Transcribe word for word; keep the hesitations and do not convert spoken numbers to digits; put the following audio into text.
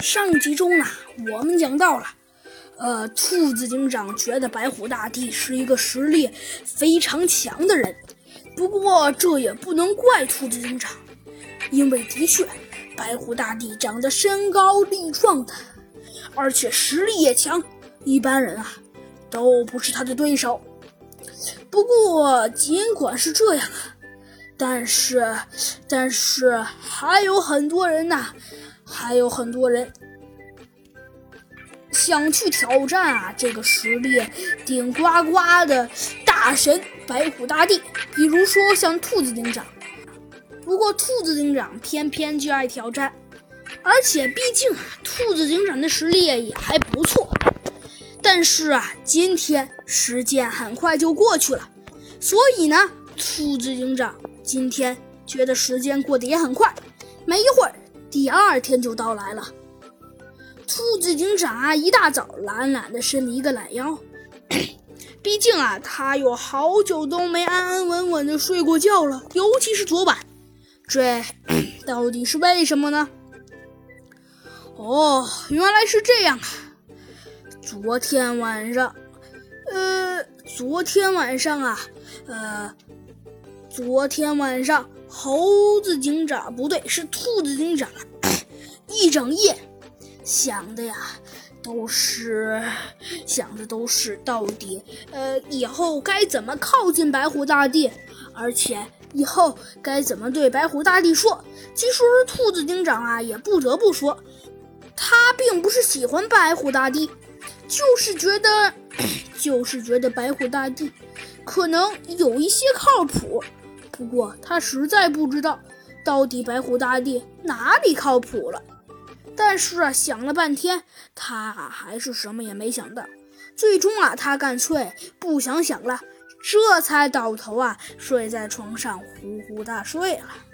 上集中呢，我们讲到了，呃，兔子警长觉得白虎大帝是一个实力非常强的人，不过这也不能怪兔子警长，因为的确，白虎大帝长得身高力壮的，而且实力也强，一般人啊都不是他的对手。不过尽管是这样啊，但是但是还有很多人呐、啊。还有很多人想去挑战啊，这个实力顶呱呱的大神白虎大帝，比如说像兔子警长。不过兔子警长偏偏就爱挑战，而且毕竟啊，兔子警长的实力也还不错。但是啊，今天时间很快就过去了，所以呢，兔子警长今天觉得时间过得也很快，没一会儿。第二天就到来了，兔子警长啊，一大早懒懒地伸了一个懒腰，毕竟啊，他有好久都没安安稳稳地睡过觉了，尤其是昨晚，这到底是为什么呢？哦，原来是这样啊！昨天晚上，呃，昨天晚上啊，呃，昨天晚上。猴子警长不对，是兔子警长，一整夜想的呀，都是想的都是到底呃以后该怎么靠近白虎大帝，而且以后该怎么对白虎大帝说。其实兔子警长啊，也不得不说，他并不是喜欢白虎大帝，就是觉得就是觉得白虎大帝可能有一些靠谱。不过他实在不知道到底白虎大帝哪里靠谱了，但是啊，想了半天，他还是什么也没想到。最终啊，他干脆不想想了，这才倒头啊睡在床上呼呼大睡了。